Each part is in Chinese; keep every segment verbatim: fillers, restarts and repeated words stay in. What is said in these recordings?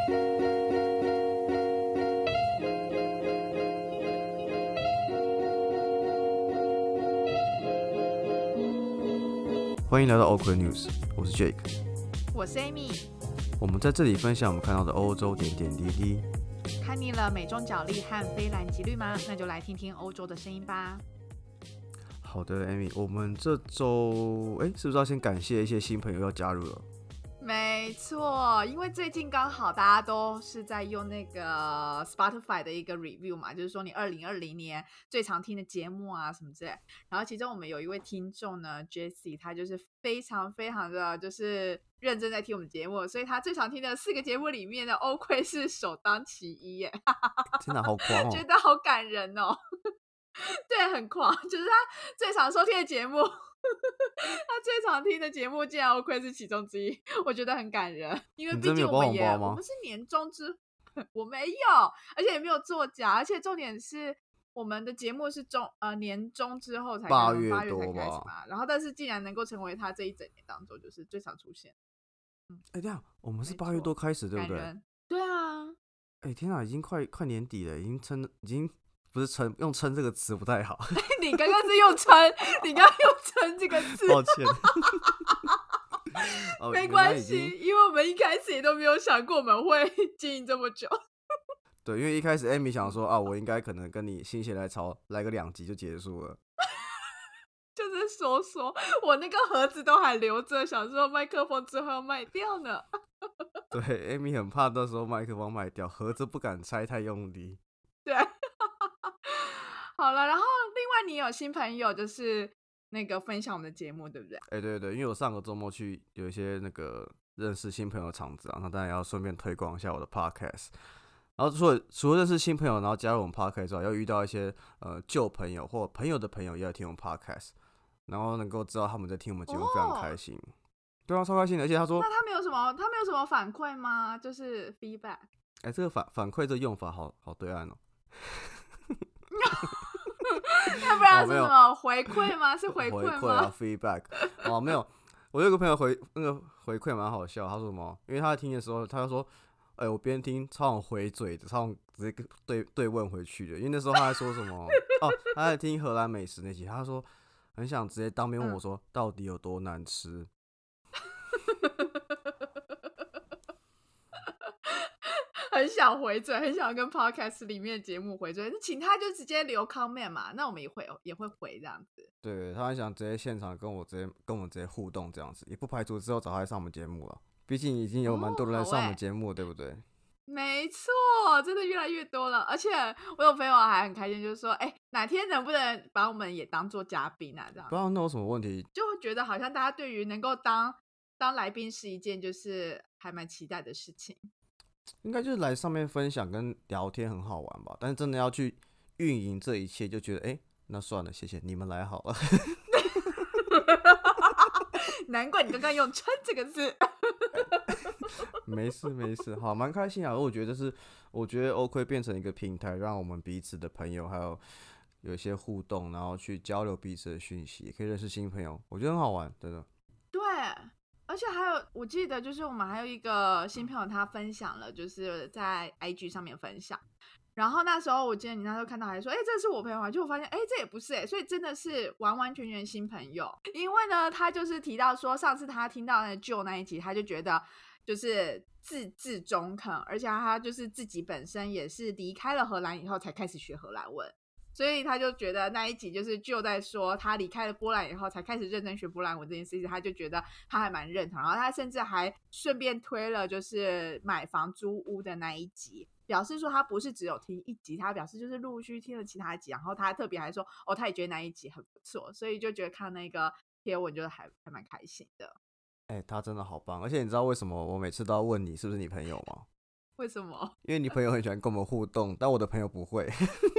欢迎来到 Awkward News， 我是 Jake， 我是 Amy。 我们在这里分享我们看到的欧洲点点滴滴。 看腻了美中角力和非蓝即绿吗？那就来听听欧洲的声音吧。 好的 ，Amy， 我们这周哎，是不是要先感谢一些新朋友要加入了？ 没错，因为最近刚好大家都是在用那个 Spotify 的一个 review 嘛，就是说你二零二零年最常听的节目啊什么之类。然后其中我们有一位听众呢 Jessie， 他就是非常非常的就是认真在听我们节目，所以他最常听的四个节目里面的欧亏是首当其一耶。 天哪，好狂哦！ 觉得好感人哦。对，很狂，就是他最常收听的节目。他最常听的节目竟然 OK 是其中之一，我觉得很感人，因为毕竟我们也我们是年终之，我没有，而且也没有作假，而且重点是我们的节目是中呃年终之后才八月八月多才开始嘛，然后但是竟然能够成为他这一整年当中就是最常出现。 嗯，哎，这样我们是八月多开始，对不对？ 对啊。 哎，天哪，已经快快年底了，已经撑，已经不是撑，用撑这个词不太好。 你刚刚是用撑，你刚刚用撑这个字， 抱歉。 哦、没关系，因为我们一开始也都没有想过我们会经营这么久。 对，因为一开始 Amy 想说啊，我应该可能跟你心血来潮来个两集就结束了。 就是说说我那个盒子都还留着，想说麦克风之后要卖掉呢。 对 ，Amy 很怕到时候麦克风卖掉，盒子不敢拆太用力。 对。好了，然后另外你有新朋友就是那个分享我们的节目，对不对？ 哎、欸，对对，因为我上个周末去有一些那个认识新朋友的场子啊，那当然要顺便推广一下我的 podcast。然后除了除了认识新朋友，然后加入我们 podcast 之外，要遇到一些呃旧朋友或朋友的朋友也要听我们 podcast， 然后能够知道他们在听我们节目，非常开心。哦、对啊，超开心的。而且他说， 那他们有什么？他们有什么反馈吗？就是 feedback。 哎、欸，这个反反馈这个用法好好对岸哦。 要不然是什么、哦、回馈吗？是回馈吗？ 回馈啊 ，feedback。哦，没有，我有个朋友回那个回馈蛮好笑，他说什么？因为他在听的时候，他就说，哎、欸，我边听超想回嘴的，超想直接对对问回去的。因为那时候他在说什么？哦，他在听荷兰美食那集，他说很想直接当面问我说，嗯、到底有多难吃。 很想回嘴，很想跟 podcast 里面的节目回嘴，请他就直接留 comment 嘛，那我们也会也会回这样子。 对，他很想直接现场跟我直接跟我们直接互动这样子，也不排除之后找他来上我们节目了。毕竟已经有蛮多人来上我们节目、哦欸，对不对？ 没错，真的越来越多了。而且我有朋友还很开心，就是说，哎、欸，哪天能不能把我们也当做嘉宾啊？这样不知道那有什么问题， 就会觉得好像大家对于能够当当来宾是一件就是还蛮期待的事情。 应该就是来上面分享跟聊天很好玩吧，但是真的要去运营这一切，就觉得哎、欸，那算了，谢谢你们来好了。 难怪你刚刚用“撑”这个字。 没事没事，好，蛮开心啊！我觉得是，我觉得 OK 变成一个平台，让我们彼此的朋友还有有一些互动，然后去交流彼此的讯息，也可以认识新朋友，我觉得很好玩，真的。 对。而且还有，我记得就是我们还有一个新朋友，他分享了，就是在 I G 上面分享。然后那时候我记得你那时候看到还说，哎、欸，这是我朋友，就我发现，哎、欸，这也不是哎、欸，所以真的是完完全全新朋友。因为呢，他就是提到说，上次他听到那旧那一集，他就觉得就是字字中肯，而且他就是自己本身也是离开了荷兰以后才开始学荷兰文。所以他就觉得那一集就是就在说他离开了波兰以后才开始认真学波兰文这件事情，他就觉得他还蛮认同，然后他甚至还顺便推了就是买房租屋的那一集，表示说他不是只有听一集，他表示就是陆续听了其他集，然后他特别还说哦他也觉得那一集很不错，所以就觉得看那个贴文就还还蛮开心的。 哎、欸，他真的好棒，而且你知道为什么我每次都要问你是不是你朋友吗？ 为什么？ 因为你朋友很喜欢跟我们互动，但我的朋友不会。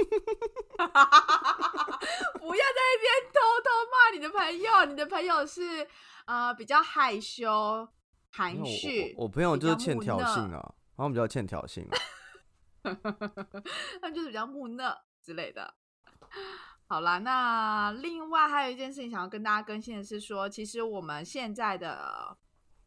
不要在那边偷偷骂你的朋友，你的朋友是呃比较害羞含蓄， 我, 我, 我朋友就是欠挑衅啊，他们比较欠挑衅啊。 他们就是比较木讷之类的。好啦，那另外还有一件事情想要跟大家更新的是说，其实我们现在的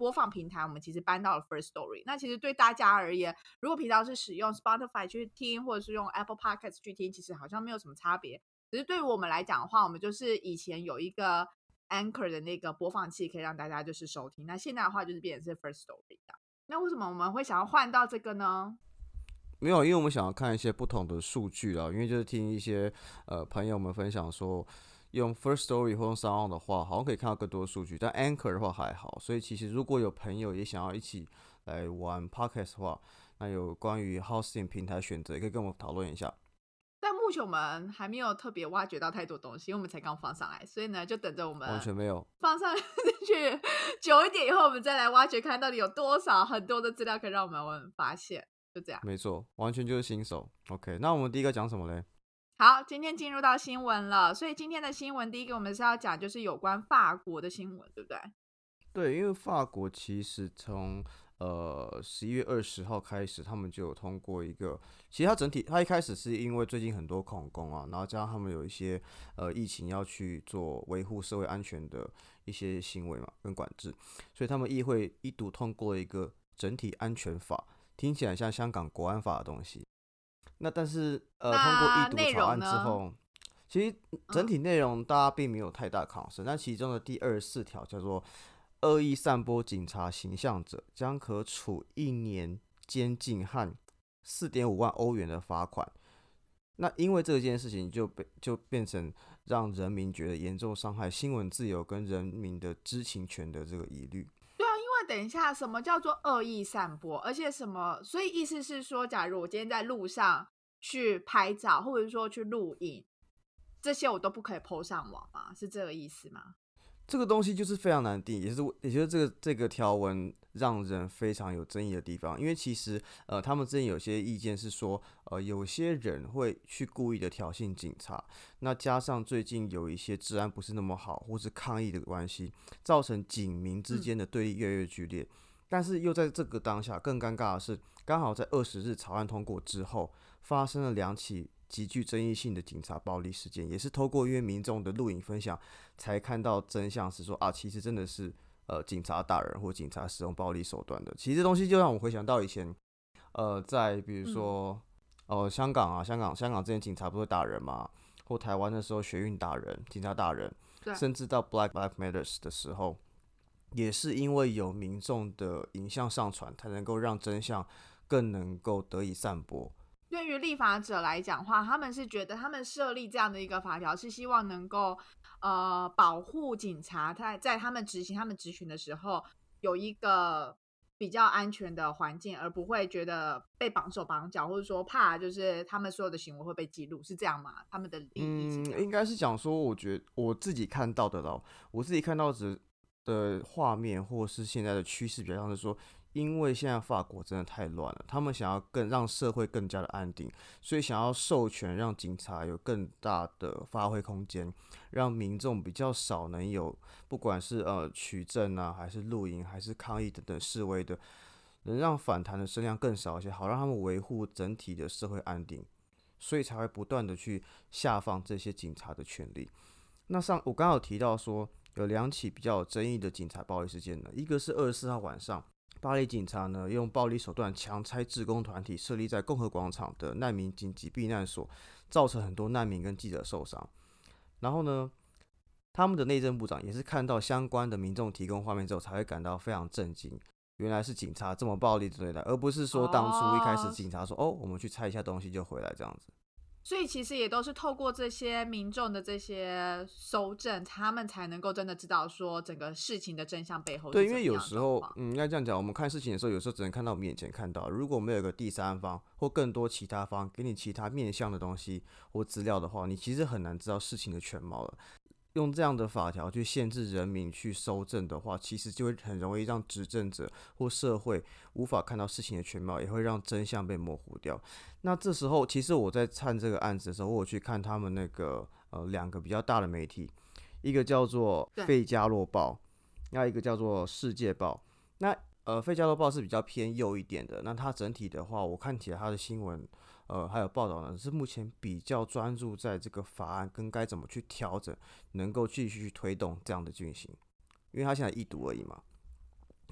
播放平台我们其实搬到了 First Story。那其实对大家而言，如果平常是使用 Spotify 去听，或者是用 Apple Podcast 去听，其实好像没有什么差别。只是对于我们来讲的话，我们就是以前有一个 Anchor 的那个播放器可以让大家就是收听，那现在的话就是变成是 First Story 的。那为什么我们会想要换到这个呢？ 没有，因为我们想要看一些不同的数据啦，因为就是听一些呃朋友们分享说，用 First Story 或用 SoundOn 的话，好像可以看到更多的数据，但 Anchor 的话还好。所以其实如果有朋友也想要一起来玩 Podcast 的话，那有关于 Hosting 平台选择，也可以跟我们讨论一下。 但目前我们还没有特别挖掘到太多东西，因为我们才刚放上来，所以呢，就等着我们完全没有放上去久一点以后，我们再来挖掘，看到底有多少很多的资料可以让我们发现。就这样， 没错，完全就是新手。OK， 那我们第一个讲什么嘞？ 好，今天进入到新闻了，所以今天的新闻第一个我们是要讲就是有关法国的新闻，对不对？ 对，因为法国其实从呃十一月二十号开始，他们就有通过一个，其实它整体它一开始是因为最近很多恐攻啊，然后加上他们有一些呃疫情要去做维护社会安全的一些行为嘛跟管制，所以他们议会一读通过一个整体安全法，听起来像香港国安法的东西。那但是呃通过一读草案之后，其实整体内容大家并没有太大抗争，但其中的第二十四条叫做恶意散播警察形象者将可处一年监禁和四点五万欧元的罚款。那因为这件事情就被就变成让人民觉得严重伤害新闻自由跟人民的知情权的这个疑虑。 对啊，因为等一下，什么叫做恶意散播？而且什么？所以意思是说，假如我今天在路上去拍照，或者说去录影，这些我都不可以 po 上网吗？是这个意思吗？ 这个东西就是非常难定义，也是也就是这个这个条文让人非常有争议的地方。因为其实呃，他们之前有些意见是说，呃，有些人会去故意的挑衅警察，那加上最近有一些治安不是那么好，或是抗议的关系，造成警民之间的对立越来越剧烈。嗯、但是又在这个当下，更尴尬的是，刚好在二十日草案通过之后，发生了两起极具争议性的警察暴力事件，也是透过因为民众的录影分享，才看到真相是说啊，其实真的是呃警察打人或警察使用暴力手段的。其实这东西就让我回想到以前，呃，在比如说、嗯、呃香港啊，香港香港之前警察不会打人嘛，或台湾的时候学运打人，警察打人，甚至到 Black Lives Matter 的时候，也是因为有民众的影像上传，才能够让真相更能够得以散播。 对于立法者来讲的话，他们是觉得他们设立这样的一个法条，是希望能够呃保护警察在在他们执行他们职权的时候有一个比较安全的环境，而不会觉得被绑手绑脚，或者说怕就是他们所有的行为会被记录，是这样吗？他们的利益是这样？ 嗯，应该是讲说，我觉得我自己看到的咯，我自己看到的画面或是现在的趋势，比较像是说，因为现在法国真的太乱了，他们想要更让社会更加的安定，所以想要授权让警察有更大的发挥空间，让民众比较少能有不管是呃取证啊，还是露营，还是抗议等等示威的，能让反弹的声量更少一些，好让他们维护整体的社会安定，所以才会不断的去下放这些警察的权利。那上我刚刚有提到说，有两起比较有争议的警察暴力事件呢，一个是二十四号晚上，巴黎警察呢用暴力手段强拆志工团体设立在共和广场的难民紧急避难所，造成很多难民跟记者受伤。然后呢，他们的内政部长也是看到相关的民众提供画面之后，才会感到非常震惊。原来是警察这么暴力的对待，而不是说当初一开始警察说、哦、哦，我们去拆一下东西就回来这样子。 所以其实也都是透过这些民众的这些搜证，他们才能够真的知道说整个事情的真相背后是对， 怎么样的状况。 因为有时候，嗯，应该这样讲，我们看事情的时候，有时候只能看到我们眼前看到，如果没有一个第三方或更多其他方给你其他面向的东西或资料的话，你其实很难知道事情的全貌了。用这样的法条去限制人民去搜证的话，其实就会很容易让执政者或社会无法看到事情的全貌，也会让真相被模糊掉。那这时候，其实我在看这个案子的时候，我有去看他们那个呃两个比较大的媒体，一个叫做《费加洛报》，那一个叫做《世界报》。那呃，《费加洛报》是比较偏右一点的，那它整体的话，我看起来它的新闻。呃，还有报道呢，是目前比较专注在这个法案跟该怎么去调整，能够继续去推动这样的进行，因为他现在一读而已嘛。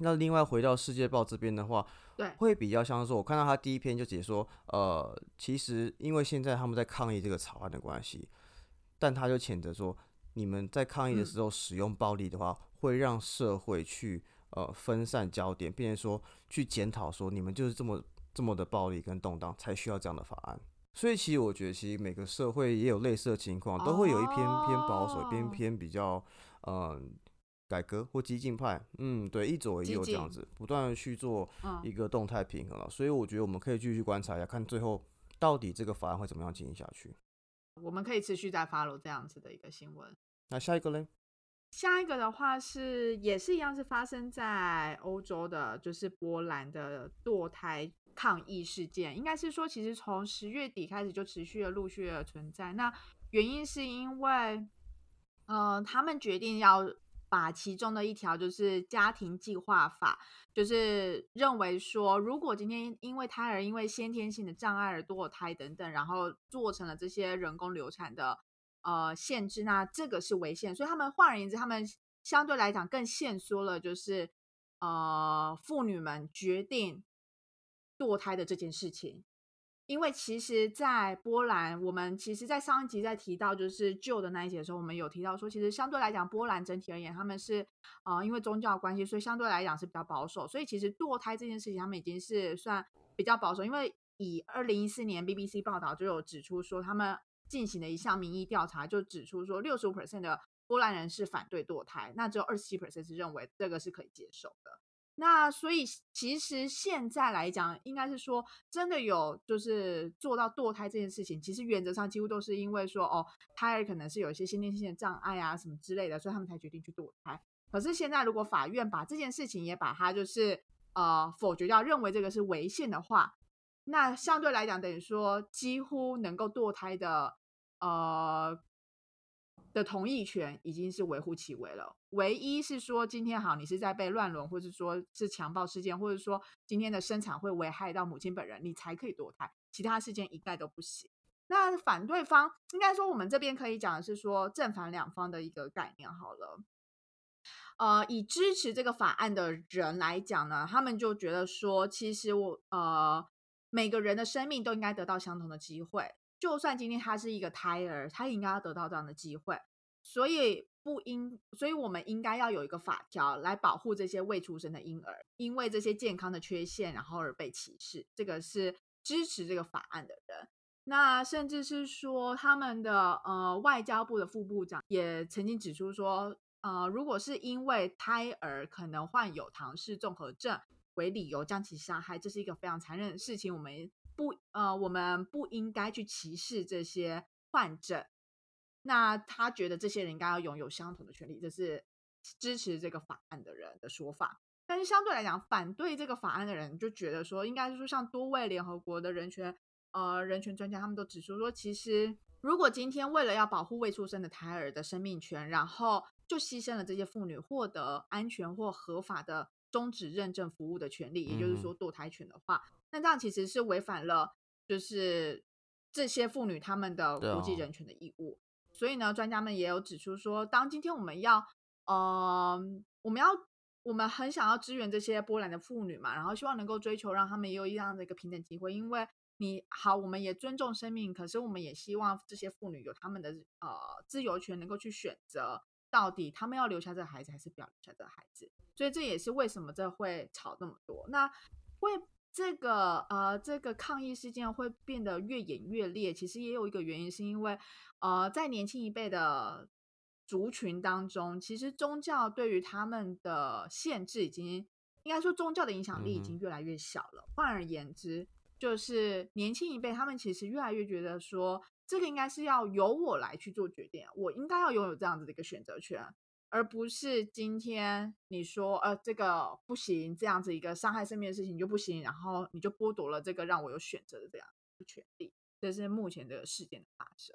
那另外回到世界报这边的话， 对， 会比较像是说，我看到他第一篇就解说，呃，其实因为现在他们在抗议这个草案的关系，但他就谴责说，你们在抗议的嗯， 时候使用暴力的话，会让社会去呃分散焦点，变成说去检讨说你们就是这么这么的暴力跟动荡，才需要这样的法案。所以其实我觉得，其实每个社会也有类似的情况，都会有一偏偏保守，一偏哦， 偏比较呃改革或激进派，嗯，对，一左一激进， 右这样子，不断的去做嗯。 一个动态平衡了。所以我觉得我们可以继续观察一下，看最后到底这个法案会怎么样进行下去。 我们可以持续再 follow 这样子的一个新闻。 那下一个嘞？ 下一个的话是也是一样是发生在欧洲的，就是波兰的堕胎抗议事件。应该是说，其实从十月底开始就持续的陆续的存在。那原因是因为，呃，他们决定要把其中的一条就是家庭计划法，就是认为说，如果今天因为胎儿因为先天性的障碍而堕胎等等，然后做成了这些人工流产的呃限制，那这个是违宪，所以他们换而言之，他们相对来讲更限缩了，就是呃妇女们决定堕胎的这件事情。因为其实，在波兰，我们其实，在上一集在提到就是旧的那一节的时候，我们有提到说，其实相对来讲，波兰整体而言，他们是呃因为宗教关系，所以相对来讲是比较保守。所以其实堕胎这件事情，他们已经是算比较保守。因为以二零一四年 B B C 报道就有指出说，他们进行的一项民意调查就指出说，六十五 percent 的波兰人是反对堕胎，那只有二十七 percent 是认为这个是可以接受的。那所以其实现在来讲，应该是说真的有就是做到堕胎这件事情，其实原则上几乎都是因为说哦，胎儿可能是有一些先天性的障碍啊什么之类的，所以他们才决定去堕胎。可是现在如果法院把这件事情也把它就是呃否决掉，认为这个是违宪的话，那相对来讲等于说几乎能够堕胎的呃的同意权已经是微乎其微了。唯一是说今天好，你是在被乱伦，或者说是强暴事件，或者说今天的生产会危害到母亲本人，你才可以堕胎，其他事件一概都不行。那反对方应该说，我们这边可以讲的是说正反两方的一个概念好了。呃，以支持这个法案的人来讲呢，他们就觉得说，其实我呃每个人的生命都应该得到相同的机会，就算今天他是一个胎儿，他也应该要得到这样的机会。所以不应，所以我们应该要有一个法条来保护这些未出生的婴儿，因为这些健康的缺陷，然后而被歧视。这个是支持这个法案的人。那甚至是说，他们的呃外交部的副部长也曾经指出说，呃，如果是因为胎儿可能患有唐氏综合症为理由将其杀害，这是一个非常残忍的事情。我们不呃，我们不应该去歧视这些患者。那他觉得这些人应该要拥有相同的权利，这是支持这个法案的人的说法。但是相对来讲，反对这个法案的人就觉得说，应该是说像多位联合国的人权呃人权专家，他们都指出说，其实如果今天为了要保护未出生的胎儿的生命权，然后就牺牲了这些妇女获得安全或合法的终止认证服务的权利，也就是嗯哼， 说堕胎权的话，那这样其实是违反了就是这些妇女她们的对啊， 国际人权的义务。所以呢，专家们也有指出说，当今天我们要，呃，我们要，我们很想要支援这些波兰的妇女嘛，然后希望能够追求让他们也有一样的一个平等机会，因为你好，我们也尊重生命，可是我们也希望这些妇女有他们的呃自由权，能够去选择到底他们要留下这个孩子还是不要留下这个孩子。所以这也是为什么这会吵那么多。那会这个呃这个抗议事件会变得越演越烈，其实也有一个原因，是因为呃在年轻一辈的族群当中，其实宗教对于他们的限制已经，应该说宗教的影响力已嗯哼， 经越来越小了。换而言之，就是年轻一辈他们其实越来越觉得说，这个应该是要由我来去做决定，我应该要拥有这样子的一个选择权。而不是今天你说呃这个不行，这样子一个伤害生命的事情就不行，然后你就剥夺了这个让我有选择的这样的权利。这是目前的事件的发生。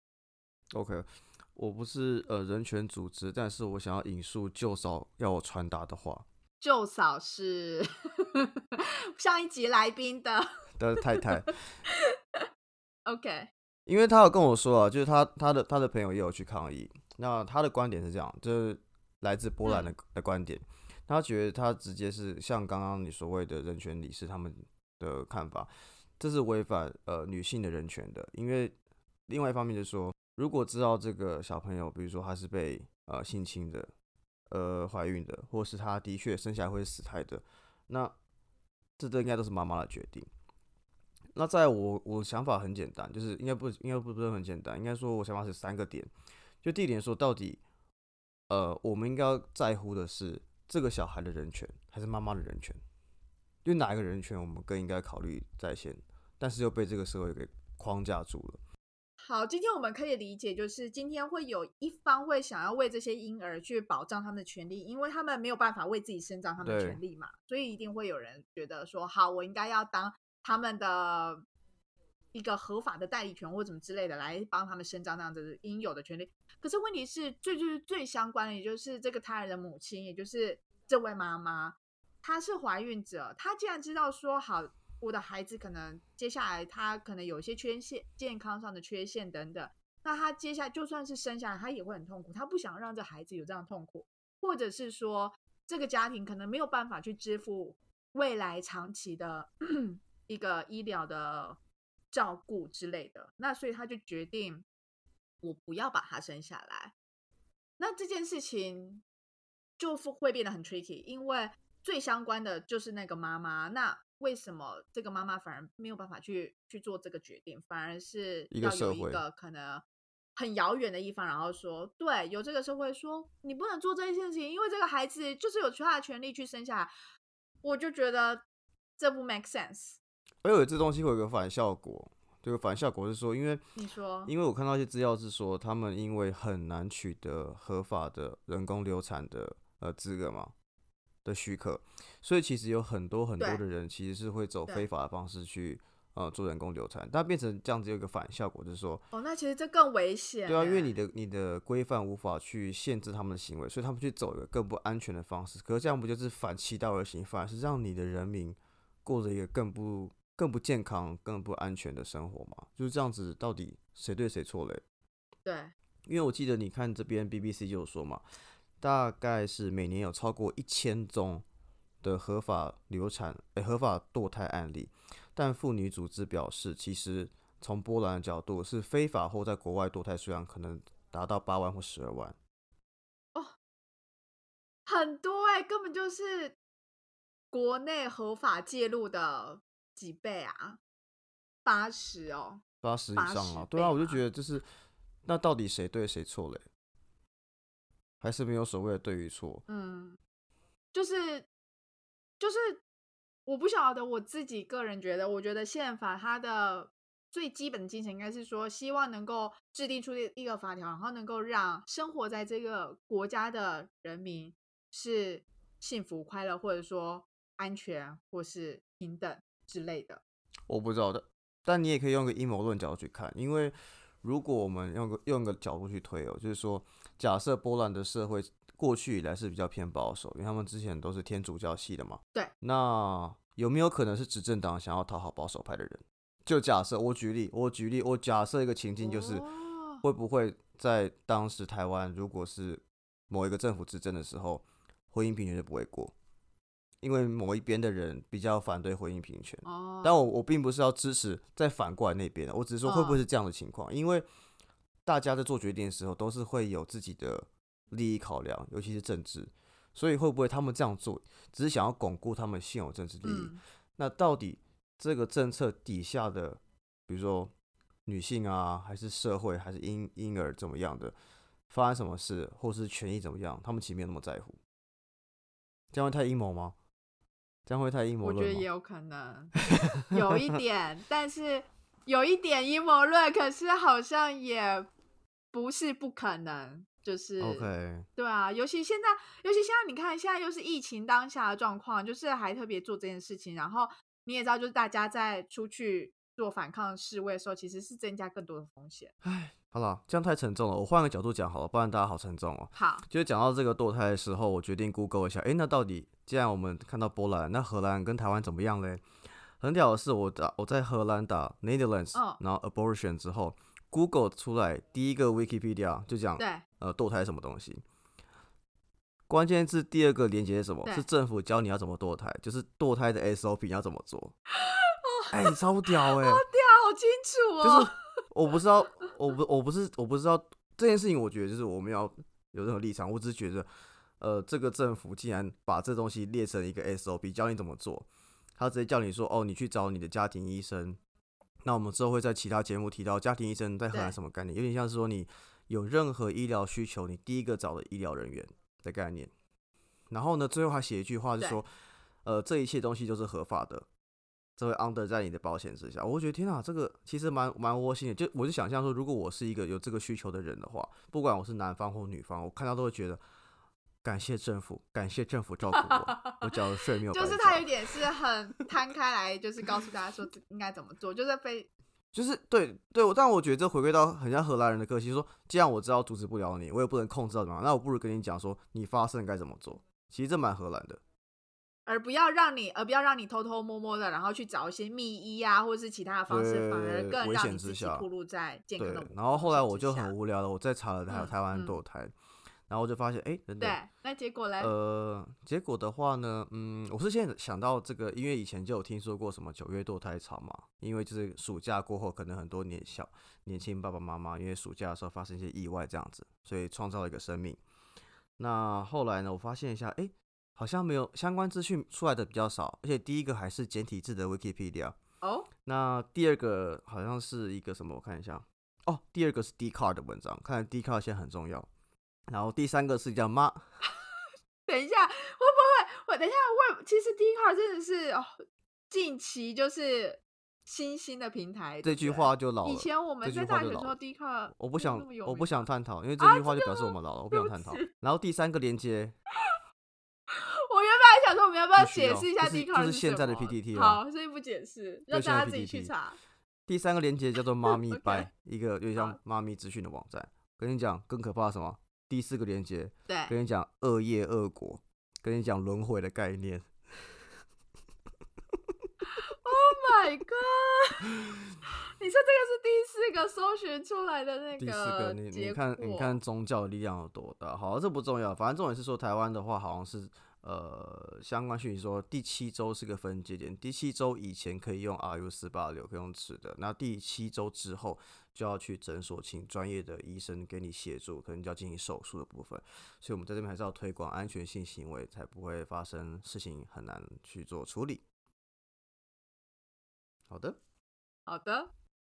OK，我不是呃人权组织，但是我想要引述旧嫂要我传达的话。 舅嫂是上一集来宾的的太太， ，OK， 因为他有跟我说啊，就是他他的他的朋友也有去抗议，那他的观点是这样，就是来自波兰的嗯的观点， 他觉得他直接是像刚刚你所谓的人权理事他们的看法，这是违反呃女性的人权的，因为另外一方面就是说，如果知道这个小朋友，比如说他是被呃性侵的，呃怀孕的，或是他的确生下来会死胎的，那这都应该都是妈妈的决定。那在我我想法很简单，就是应该不应该不不是很简单，应该说我想法是三个点。就第一点说，到底呃我们应该要在乎的是这个小孩的人权，还是妈妈的人权？就哪一个人权我们更应该考虑在先，但是又被这个社会给框架住了。 好，今天我们可以理解，就是今天会有一方会想要为这些婴儿去保障他们的权利，因为他们没有办法为自己伸张他们的权利嘛，所以一定会有人觉得说，好，我应该要当他们的一个合法的代理权或什么之类的，来帮他们伸张那样子应有的权利。可是问题是，最就是最相关的，也就是这个胎儿的母亲，也就是这位妈妈，她是怀孕者，她既然知道说，好，我的孩子可能接下来他可能有一些缺陷，健康上的缺陷等等，那他接下来就算是生下来，他也会很痛苦，他不想让这孩子有这样的痛苦，或者是说这个家庭可能没有办法去支付未来长期的一个医疗的照顾之类的，那所以他就决定我不要把他生下来。那这件事情就会变得很 tricky， 因为最相关的就是那个妈妈，那为什么这个妈妈反而没有办法去去做这个决定，反而是要有一个可能很遥远的一方，然后说，对，有这个社会说你不能做这件事情，因为这个孩子就是有他的权利去生下来，我就觉得这不 make sense。 而且这东西会有个反效果，这个反效果是说，因为你说， 因为我看到一些资料是说，他们因为很难取得合法的人工流产的呃资格嘛的许可，所以其实有很多很多的人其实是会走非法的方式去呃做人工流产，但变成这样子有一个反效果，就是说， 哦，那其实这更危险。 对啊，因为你的你的规范无法去限制他们的行为，所以他们去走一个更不安全的方式。可是这样不就是反其道而行，反而是让你的人民过着一个更不更不健康、更不安全的生活嘛？就是这样子，到底谁对谁错嘞？ 对， 因为我记得你看这边 B B C 就有说嘛，大概是每年有超过一千宗的合法流产、欸、合法堕胎案例，但妇女组织表示，其实从波兰的角度，是非法后在国外堕胎数量可能达到八万或十二万。 哦，很多哎、欸，根本就是国内合法介入的几倍啊，八十哦， 八十以上啊，对啊， 倍我就觉得就是，那到底谁对谁错嘞？还是没有所谓的对与错？ 嗯，就是就是我不晓得，我自己个人觉得，我觉得宪法它的最基本的精神应该是说，希望能够制定出一个法条，然后能够让生活在这个国家的人民是幸福、快乐，或者说安全或是平等之类的。 我不知道的，但你也可以用个阴谋论角度去看，因为如果我们用个用个角度去推哦，就是说，假设波兰的社会过去以来是比较偏保守，因为他们之前都是天主教系的嘛。 对。 那有没有可能是执政党想要讨好保守派的人？就假设我举例，我举例，我假设一个情境就是， 哦、 会不会在当时台湾如果是某一个政府执政的时候，婚姻平权就不会过？因为某一边的人比较反对婚姻平权， 哦、 但我我并不是要支持再反过来那边的，我只是说会不会是这样的情况？哦、因为大家在做决定的时候都是会有自己的利益考量，尤其是政治，所以会不会他们这样做只是想要巩固他们现有政治利益？嗯、那到底这个政策底下的，比如说女性啊，还是社会，还是婴婴儿怎么样的，发生什么事，或是权益怎么样，他们其实没有那么在乎，这样会太阴谋吗？这样会太阴谋论吗？ 我觉得也有可能，有一点，但是有一点阴谋论，可是好像也不是不可能，就是 OK， 对啊，尤其现在，尤其现在你看，现在又是疫情当下的状况，就是还特别做这件事情，然后你也知道，就是大家在出去做反抗示威的时候，其实是增加更多的风险。 唉，好了，这样太沉重了，我换个角度讲好了，不然大家好沉重哦。 好， 就是讲到这个堕胎的时候，我决定 Google 一下，哎，那到底既然我们看到波兰，那荷兰跟台湾怎么样嘞？很屌的是我打我在荷兰打 Netherlands，、哦、然后 abortion 之后 ，Google 出来第一个 Wikipedia 就讲， 对， 呃，堕胎什么东西。 关键字第二个连接是什么？ 对是政府教你要怎么堕胎，就是堕胎的 S O P 你要怎么做。哎、超屌哎、 好屌，好清楚就是哦。 我不知道，我不我不是我不知道这件事情，我觉得就是我们要有任何立场，我只是觉得，呃，这个政府竟然把这东西列成一个 S O P，教你怎么做，他直接叫你说，哦，你去找你的家庭医生。那我们之后会在其他节目提到家庭医生在荷兰什么概念，有点像是说你有任何医疗需求，你第一个找的医疗人员的概念。然后呢，最后还写一句话是说，呃，这一切东西都是合法的，这会 under 在你的保险之下。我会觉得天啊，这个其实蛮蛮窝心的。就我就想象说，如果我是一个有这个需求的人的话，不管我是男方或女方，我看到都会觉得感谢政府，感谢政府照顾我，我缴的税没有白缴。 就是他有点是很摊开来，就是告诉大家说应该怎么做，就是非就是对对，但我觉得这回归到很像荷兰人的个性，说既然我知道阻止不了你，我也不能控制到怎么样，那我不如跟你讲说你发生该怎么做。其实这蛮荷兰的。 而不要让你，而不要让你偷偷摸摸的，然后去找一些密医啊，或者是其他的方式，反而更危让你自己险之下暴露在健康的对， 风然后后来我就险之下很无聊了，我再查了台嗯台湾嗯堕胎，然后我就发现，哎，等等， 对，那结果嘞？ 呃，结果的话呢，嗯，我是现在想到这个，因为以前就有听说过什么九月堕胎潮嘛，因为就是暑假过后，可能很多年小年轻爸爸妈妈因为暑假的时候发生一些意外这样子，所以创造了一个生命。那后来呢，我发现一下，哎，好像没有相关资讯出来的比较少，而且第一个还是简体字的 Wikipedia。 哦， 那第二个好像是一个什么？我看一下，哦，第二个是 Dcard 的文章，看来 Dcard 现在很重要。然后第三个是叫妈， 等一下，会不会？我等一下会，其实 Dcard 真的是哦，近期就是新兴的平台。 这句对不对话就老了， 以前我们这句在大学的时候话就老了。 ，Dcard 我不想没有那么有我不名吧想探讨，因为这啊， 句话就表真的吗？ 示我们老了，我不对不想探讨。 起， 然后第三个连接我原本还想说我们要不要不需要， 解释一下就是 Dcard 就是是现在的什么 P T T 啊， 好，所以不解释，让对，现在大家自己去 P T T。 查。 第三个连接叫做妈咪 OK， 拜，一个有点像好， 妈咪资讯的网站。跟你讲，更可怕的是什么？第四个连接， 对跟你讲恶业恶果，跟你讲轮回的概念。 ，Oh my god！你说这个是第四个搜寻出来的那第四个， 个你你结看你看果， 宗教的力量有多大？好，这不重要，反正重点是说台湾的话，好像是呃相关讯息说第七周是个分界点，第七周以前可以用 R U 四八六可以用吃的，那第七周之后就要去诊所请专业的医生给你协助，可能就要进行手术的部分。所以我们在这边还是要推广安全性行为，才不会发生事情很难去做处理。好的， 好的。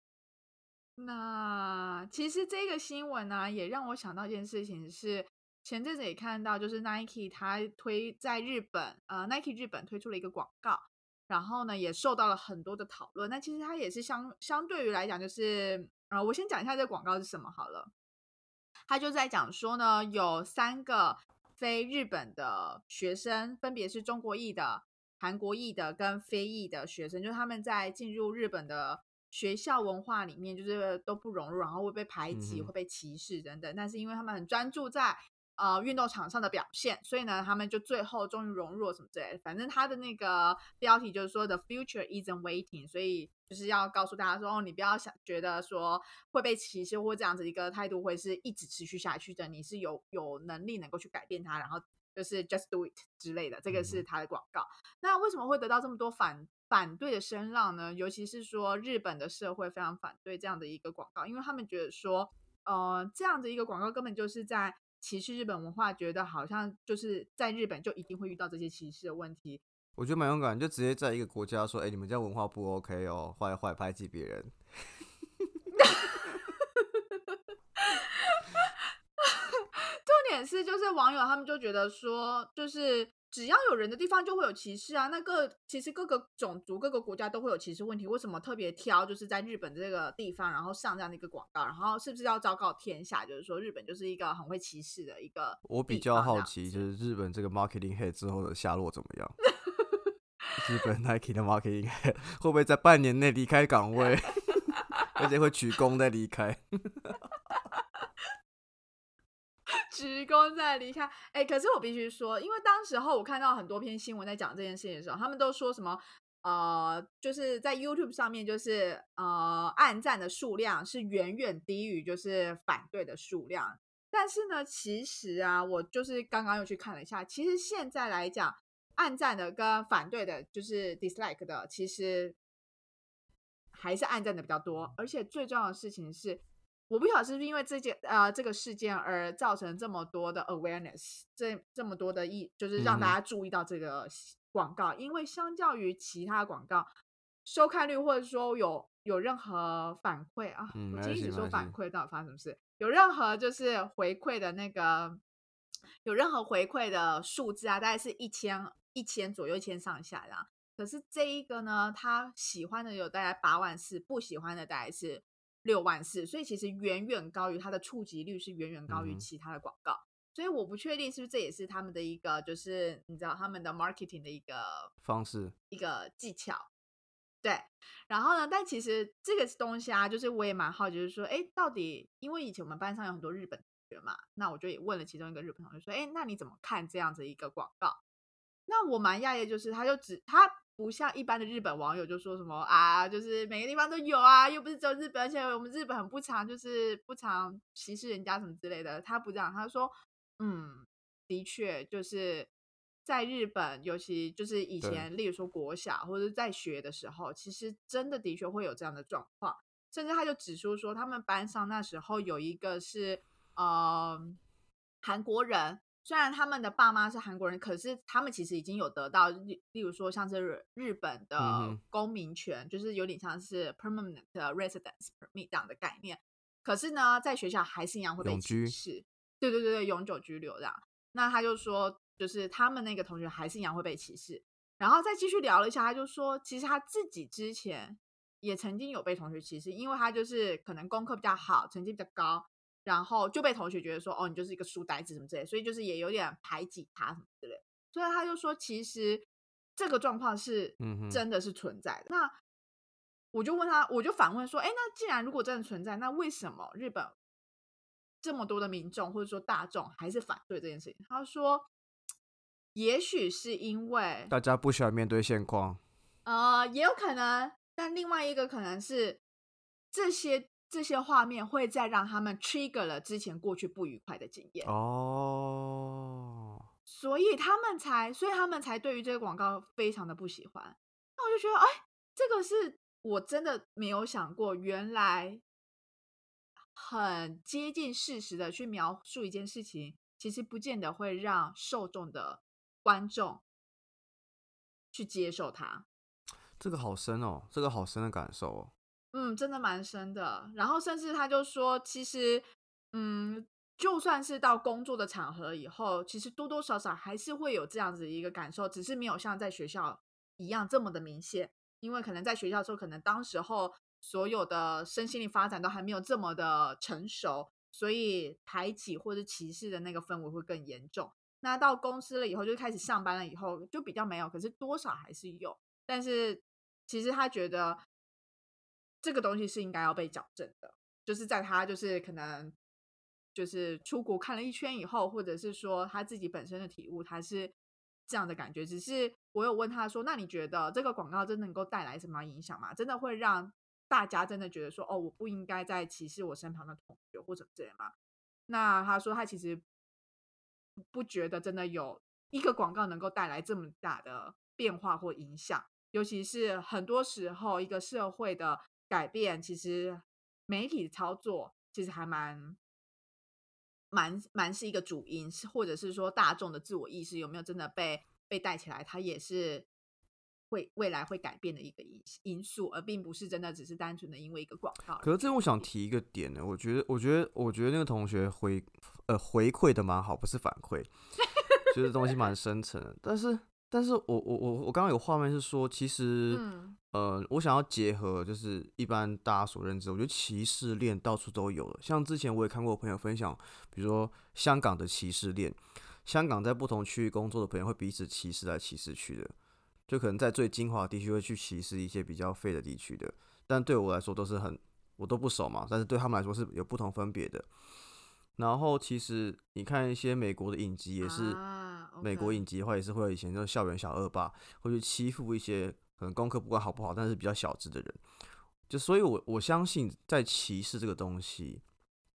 那其实这个新闻呢、也让我想到一件事情是，前阵子也看到，就是 Nike 它推在日本，呃，Nike 日本推出了一个广告，然后呢也受到了很多的讨论。那其实它也是相相对于来讲，就是呃，我先讲一下这个广告是什么好了。他就在讲说呢，有三个非日本的学生，分别是中国裔的、韩国裔的跟非裔的学生，就是他们在进入日本的学校文化里面，就是都不融入，然后会被排挤、 嗯哼， 会被歧视等等。但是因为他们很专注在呃运动场上的表现，所以呢，他们就最后终于融入了什么之类的。反正他的那个标题就是说 "The future isn't waiting"，所以就是要告诉大家说，哦，你不要想觉得说会被歧视或这样子一个态度会是一直持续下去的，你是有有能力能够去改变它，然后就是 just do it 之类的。这个是嗯哼， 他的广告。那为什么会得到这么多反反对的声浪呢？尤其是说日本的社会非常反对这样的一个广告，因为他们觉得说，呃，这样的一个广告根本就是在歧视日本文化，觉得好像就是在日本就一定会遇到这些歧视的问题。 我觉得蛮勇敢，就直接在一个国家说，哎、欸，你们家文化不 OK 哦，坏坏排挤别人。 重点是，就是网友他们就觉得说，就是只要有人的地方就会有歧视啊。那各其实各个种族、各个国家都会有歧视问题，为什么特别挑就是在日本这个地方，然后上这样的一个广告，然后是不是要昭告天下，就是说日本就是一个很会歧视的一个我比地方这较好奇， 样子？ 就是日本这个 marketing head 之后的下落怎么样？日本 Nike 的 marketing head 会不会在半年内离开岗位，而且会鞠躬再离开？ 鞠躬再离开。哎、可是我必须说，因为当时候我看到很多篇新闻在讲这件事情的时候，他们都说什么呃，就是在 YouTube 上面，就是呃，按赞的数量是远远低于就是反对的数量。 但是呢，其实啊，我就是刚刚又去看了一下，其实现在来讲，按赞的跟反对的，就是 dislike 的，其实还是按赞的比较多。而且最重要的事情是，我不晓得是不是因为这件呃这个事件而造成这么多的 awareness，这这么多的意，就是让大嗯家注意到这个广告，因为相较于其他广告，收看率或者说有有任何反馈啊， 嗯， 我没关系， 今天一直说没关系。 反馈，到底发生什么事？有任何就是回馈的那个，有任何回馈的数字啊，大概是一千一千左右，一千上下的啊。可是这一个呢，他喜欢的有大概八万四，不喜欢的大概是六万四，所以其实远远高于它的触及率，是远远高于嗯哼， 其他的广告。所以我不确定是不是这也是他们的一个，就是你知道他们的 marketing 的一个方式。 一个技巧。对，然后呢，但其实这个东西啊，就是我也蛮好奇，就是说，哎，到底因为以前我们班上有很多日本同学嘛，那我就也问了其中一个日本同学说，哎，那你怎么看这样子一个广告？那我蛮讶异，就是他就只他不像一般的日本网友就说什么啊，就是每个地方都有啊，又不是只有日本，而且我们日本很不常，就是不常歧视人家什么之类的。他不这样，他说，嗯，的确就是在日本，尤其就是以对， 前，例如说国小或者是在学的时候，其实真的的确会有这样的状况。甚至他就指出说，他们班上那时候有一个是呃韩国人，虽然他们的爸妈是韩国人，可是他们其实已经有得到，例例如说像是日日本的嗯哼， 公民权，就是有点像是 permanent residence permit 这样的概念。可是呢，在学校还是一样会被永居。 歧视。对对对对，永久居留这样。那他就说，就是他们那个同学还是一样会被歧视。然后再继续聊了一下，他就说，其实他自己之前也曾经有被同学歧视，因为他就是可能功课比较好，成绩比较高，然后就被同学觉得说，哦，你就是一个书呆子什么之类的，所以就是也有点排挤他什么之类的。所以他就说，其实这个状况是嗯哼， 真的是存在的。那我就问他，我就反问说，哎，那既然如果真的存在，那为什么日本这么多的民众或者说大众还是反对这件事情？他说，也许是因为大家不喜欢面对现况。 呃，也有可能，但另外一个可能是这些这些画面会再让他们 trigger 了之前过去不愉快的经验， 哦， 所以他们才，所以他们才对于这个广告非常的不喜欢。那我就觉得，哎，这个是我真的没有想过，原来很接近事实的去描述一件事情，其实不见得会让受众的观众去接受它。 这个好深哦，这个好深的感受哦。 嗯，真的蛮深的。然后甚至他就说，其实，嗯，就算是到工作的场合以后，其实多多少少还是会有这样子一个感受，只是没有像在学校一样这么的明显。因为可能在学校的时候，可能当时候所有的身心灵发展都还没有这么的成熟，所以排挤或者歧视的那个氛围会更严重。那到公司了以后，就开始上班了以后，就比较没有，可是多少还是有。但是其实他觉得这个东西是应该要被矫正的，就是在他就是可能就是出国看了一圈以后，或者是说他自己本身的体悟，他是这样的感觉。只是我有问他说：“那你觉得这个广告真的能够带来什么影响吗？真的会让大家真的觉得说，哦，我不应该再歧视我身旁的同学或者之类吗？”那他说他其实不觉得真的有一个广告能够带来这么大的变化或影响。尤其是很多时候一个社会的改变，其实媒体操作其实还蛮蛮蛮是一个主因，是或者是说大众的自我意识有没有真的被被带起来，它也是会未来会改变的一个因因素，而并不是真的只是单纯的因为一个广告而可是这我去改变。 想提一个点呢，我觉得，我觉得，我觉得那个同学回呃回馈的蛮好，不是反馈，就是东西蛮深层的。但是，但是我我我我刚刚有画面是说，其实嗯呃，我想要结合就是一般大家所认知，我觉得歧视链到处都有了。像之前我也看过朋友分享，比如说香港的歧视链，香港在不同区域工作的朋友会彼此歧视来歧视去的，就可能在最精华的地区会去歧视一些比较废的地区的。但对我来说都是很，我都不熟嘛，但是对他们来说是有不同分别的。然后其实你看一些美国的影集，也是啊美国 ，OK， 影集的话，也是会有以前就是校园小恶霸，会去欺负一些可能功课不管好不好，但是比较小只的人。就所以我，我相信在歧视这个东西，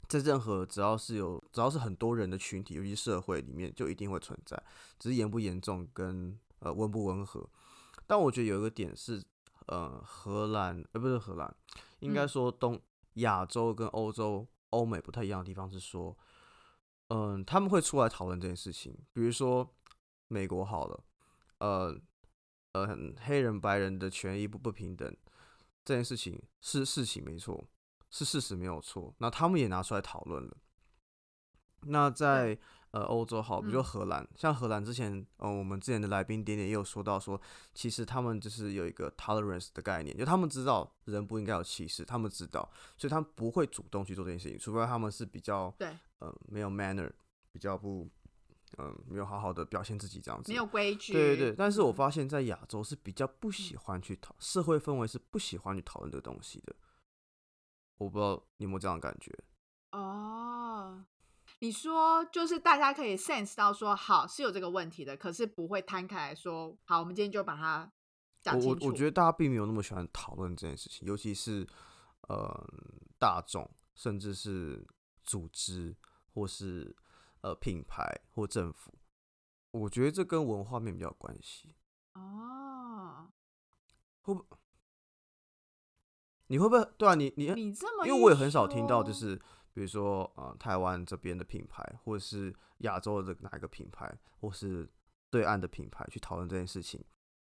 在任何只要是有只要是很多人的群体，尤其社会里面，就一定会存在，只是严不严重跟呃温不温和。但我觉得有一个点是，呃，荷兰呃不是荷兰，应该嗯说东亚洲跟欧洲、欧美不太一样的地方是说，嗯、他们会出来讨论这件事情。比如说美国好了，呃呃，黑人白人的权益不不平等这件事情是事情没错，是事实没有错。那他们也拿出来讨论了。那对， 在呃欧洲好，比如说嗯荷兰，像荷兰之前，呃，我们之前的来宾点点也有说到说，其实他们就是有一个 tolerance 的概念，就他们知道人不应该有歧视，他们知道，所以他们不会主动去做这件事情，除非他们是比较对， 呃没有 manner，比较不嗯、呃没有好好的表现自己这样子。 没有规对对对， 矩， 但是我嗯发现，在亚洲是比较不嗯。 喜欢去讨，社会氛围是不喜欢去讨论这个东西的。我不知道你有没有这样的感觉？ 哦，你说就是大家可以 sense 到说好是有这个问题的，可是不会摊开来说，好，我们今天就把它我讲清楚。 我我觉得大家并没有那么喜欢讨论这件事情，尤其是呃大众，甚至是组织或是呃品牌或政府，我觉得这跟文化面比较有关系。 哦， 会不你会不会对啊？你你你这么因为一我也很少听到，就说， 是比如说呃台湾这边的品牌，或者是亚洲的哪一个品牌，或是对岸的品牌去讨论这件事情。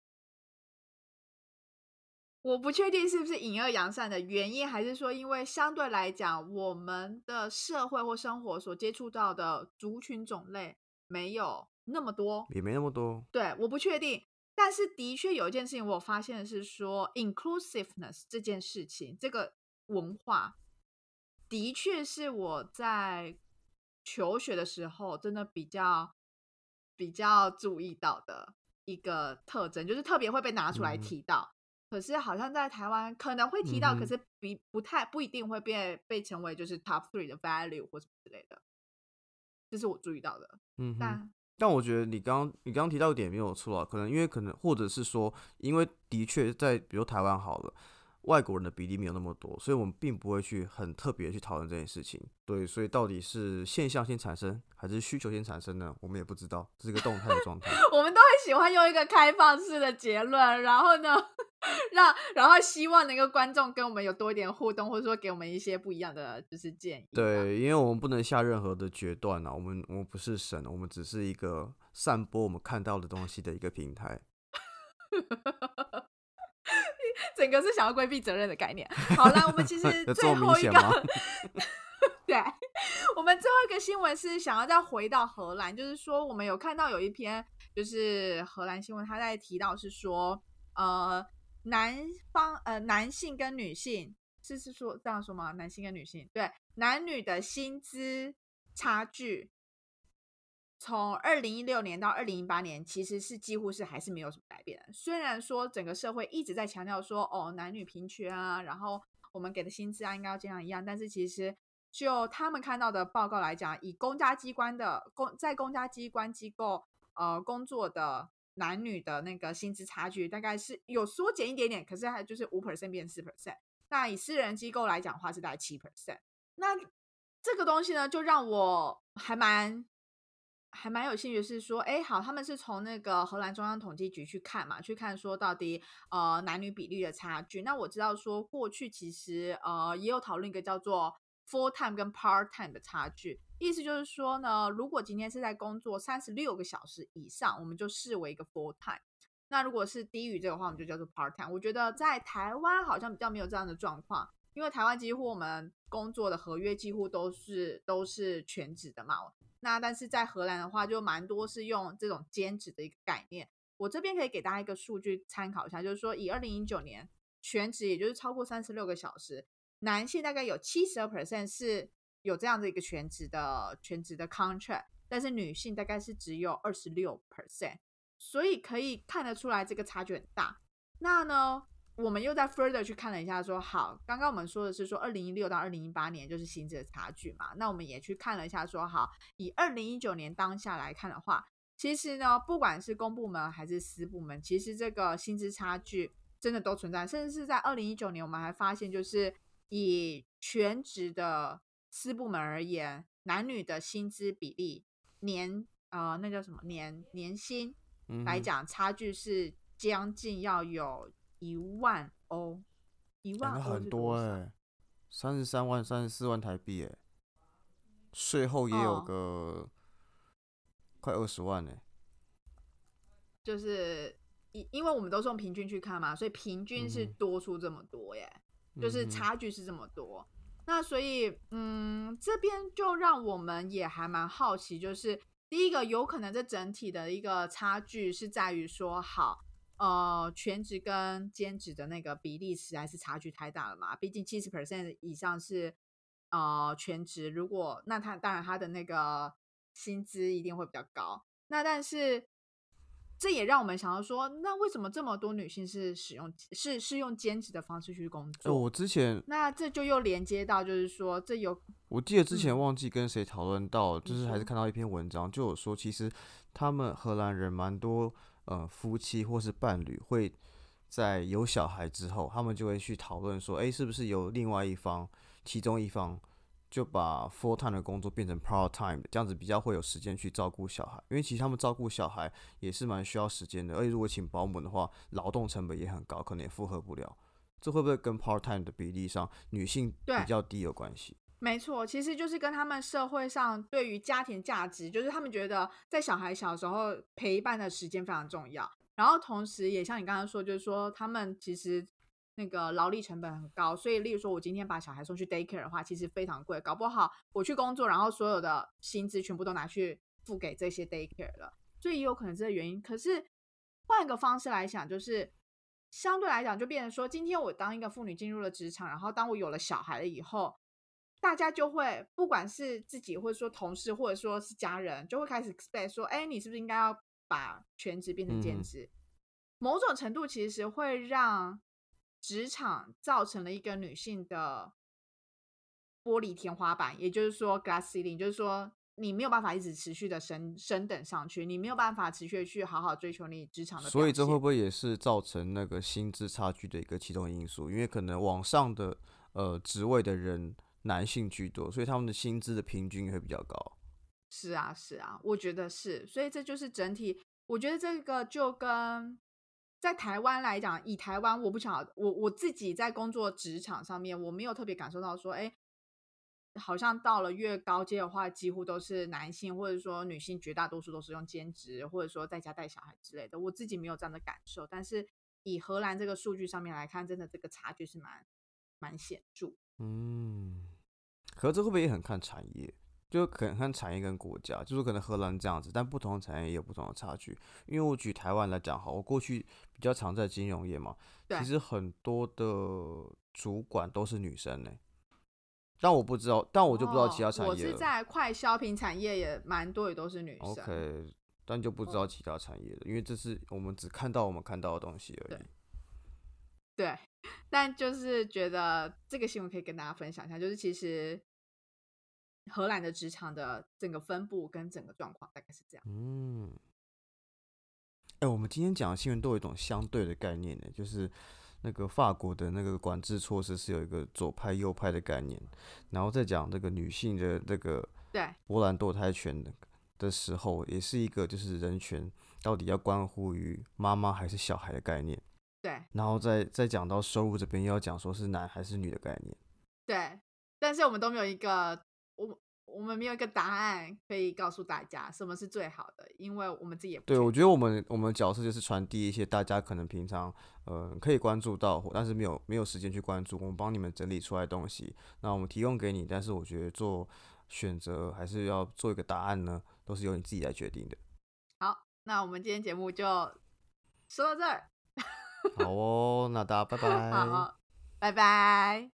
我不确定是不是隐恶扬善的原因，还是说因为相对来讲，我们的社会或生活所接触到的族群种类没有那么多。 也没那么多。 对，我不确定。但是的确有一件事情，我有发现的是说，inclusiveness 这件事情，这个文化，的确是我在求学的时候真的比较比较注意到的一个特征，就是特别会被拿出来嗯哼， 提到。可是好像在台湾可能会提到，可嗯哼， 是比不太不一定会被被成为就是 top three 的 value 或什么之类的，这是我注意到的。 嗯哼。 但但我觉得你刚刚你刚刚提到一点没有错啊，可能因为可能或者是说，因为的确在比如台湾好了，外国人的比例没有那么多，所以我们并不会去很特别去讨论这件事情。对，所以到底是现象先产生还是需求先产生呢？我们也不知道，这是一个动态的状态。 我们都很喜欢用一个开放式的结论，然后呢，让然后希望能够观众跟我们有多一点互动，或者说给我们一些不一样的就是建议啦。 对，因为我们不能下任何的决断啊，我们我们不是神，我们只是一个散播我们看到的东西的一个平台。 整个是想要规避责任的概念。好啦，我们其实有这么明最后一个， 显吗？ 对，我们最后一个新闻是想要再回到荷兰，就是说我们有看到有一篇就是荷兰新闻，他在提到是说，呃，男方呃男性跟女性是是说这样说吗？男性跟女性对男女的薪资差距从二零一六年到二零一八年，其实是几乎是还是没有什么改变的。虽然说整个社会一直在强调说，哦，男女平权啊，然后我们给的薪资啊应该要这样一样，但是其实就他们看到的报告来讲，以公家机关的公在公家机关机构呃工作的男女的那个薪资差距，大概是有缩减一点点，可是还就是五 percent 变四 percent。那以私人机构来讲的话，是大概七 percent。那这个东西呢，就让我还蛮还蛮有兴趣，是说，哎，好，他们是从那个荷兰中央统计局去看嘛，去看说到底呃男女比例的差距。那我知道说过去其实呃也有讨论一个叫做 full time 跟 part time 的差距，意思就是说呢，如果今天是在工作三十六个小时以上，我们就视为一个 full time。那如果是低于这个的话，我们就叫做 part time。我觉得在台湾好像比较没有这样的状况，因为台湾几乎我们工作的合约几乎都是都是全职的嘛。那但是在荷兰的话，就蛮多是用这种兼职的一个概念。我这边可以给大家一个数据参考一下，就是说以二零一九年全职，也就是超过三十六个小时，男性大概有七十二 percent 是有这样的一个全职的全职的 contract，但是女性大概是只有二十六 percent，所以可以看得出来这个差距很大。那呢，我们又在 further 去看了一下说，好，刚刚我们说的是说二零一六到二零一八年就是薪资的差距嘛，那我们也去看了一下说，好，以二零一九年当下来看的话，其实呢，不管是公部门还是私部门，其实这个薪资差距真的都存在，甚至是在二零一九年，我们还发现就是以全职的私部门而言，男女的薪资比例年呃那叫什么年年薪来讲，差距是将近要有一万欧，一哎、那万欧很是多少？ 多哎、三十三万、三十四万台币哎、税后也有哦， 个快二十万哎、 就是因因为我们都是用平均去看嘛，所以平均是嗯哼， 多出这么多耶，就是嗯哼， 差距是这么多。那所以，嗯，这边就让我们也还蛮好奇，就是第一个有可能这整体的一个差距是在于说，好，呃，全职跟兼职的那个比例实在是差距太大了嘛，毕竟七十 percent 以上是呃全职，如果那他当然他的那个薪资一定会比较高，那但是这也让我们想到说，那为什么这么多女性是使用是是用兼职的方式去工哎、我作？ 之前那这就又连接到，就是说，这有我记得之前嗯， 忘记跟谁讨论到，就是还是你说看到一篇文章，就有说其实他们荷兰人蛮多呃夫妻或是伴侣会在有小孩之后，他们就会去讨论说，哎、是不是有另外一方，其中一方就把 full time 的工作变成 part time 的，这样子比较会有时间去照顾小孩，因为其实他们照顾小孩也是蛮需要时间的，而且如果请保姆的话，劳动成本也很高，可能也负荷不了。这会不会跟 part time 的比例上女性比对， 较低有关系？ 没错，其实就是跟他们社会上对于家庭价值，就是他们觉得在小孩小时候陪伴的时间非常重要，然后同时也像你刚刚说，就是说他们其实那个劳力成本很高，所以例如说我今天把小孩送去 daycare 的话，其实非常贵，搞不好我去工作，然后所有的薪资全部都拿去付给这些 daycare 了，所以也有可能这个原因。可是换一个方式来想，就是相对来讲，就变成说，今天我当一个妇女进入了职场，然后当我有了小孩了以后，大家就会不管是自己，或者说同事，或者说是家人，就会开始 expect 说，哎，你是不是应该要把全职变成嗯哼。 兼职？某种程度其实会让职场造成了一个女性的玻璃天花板，也就是说 glass ceiling，就是说你没有办法一直持续的升升等上去，你没有办法持续的去好好追求你职场的所以表现。 这会不会也是造成那个薪资差距的一个其中因素？因为可能往上的呃职位的人男性居多，所以他们的薪资的平均也会比较高。 是啊，是啊，我觉得是，所以这就是整体。我觉得这个就跟在台湾来讲，以台湾我不晓得，我我自己在工作职场上面，我没有特别感受到说，哎，好像到了越高阶的话，几乎都是男性，或者说女性，绝大多数都是用兼职，或者说在家带小孩之类的。我自己没有这样的感受，但是以荷兰这个数据上面来看，真的这个差距是蛮蛮显著。 嗯，可是这会不会也很看产业？就可能看产业跟国家，就是可能荷兰这样子，但不同的产业也有不同的差距。因为我举台湾来讲好，我过去比较常在金融业嘛，其对， 实很多的主管都是女生呢、但我不知道，但我就不知道其哦， 他产我是业了。 在快消品产业也蛮多，也都是女生。 OK，但就不知道嗯， 其他产业了，因为这是我们只看到我们看到的东西而对已。 对，但就是觉得这个新闻可以跟大家分享一下，就是其实荷兰的职场的整个分布跟整个状况大概是这样。 嗯，哎、我们今天讲的新闻都有一种相对的概念呢，就是那个法国的那个管制措施是有一个左派右派的概念，然后再讲这个女性的这个对波兰堕胎权的的时候，也是一个就是人权到底要关乎于妈妈还是小孩的概念， 对然后再再讲到收入这边，又要讲说是男还是女的概念。 对，但是我们都没有一个，我我们没有一个答案可以告诉大家什么是最好的，因为我们自己也不对， 确定。 我觉得我们我们的角色就是传递一些大家可能平常呃可以关注到，但是没有没有时间去关注，我们帮你们整理出来的东西，那我们提供给你，但是我觉得做选择还是要做一个答案呢，都是由你自己来决定的。 好，那我们今天节目就说到这儿， 好哦，那大家拜拜。 好，拜拜。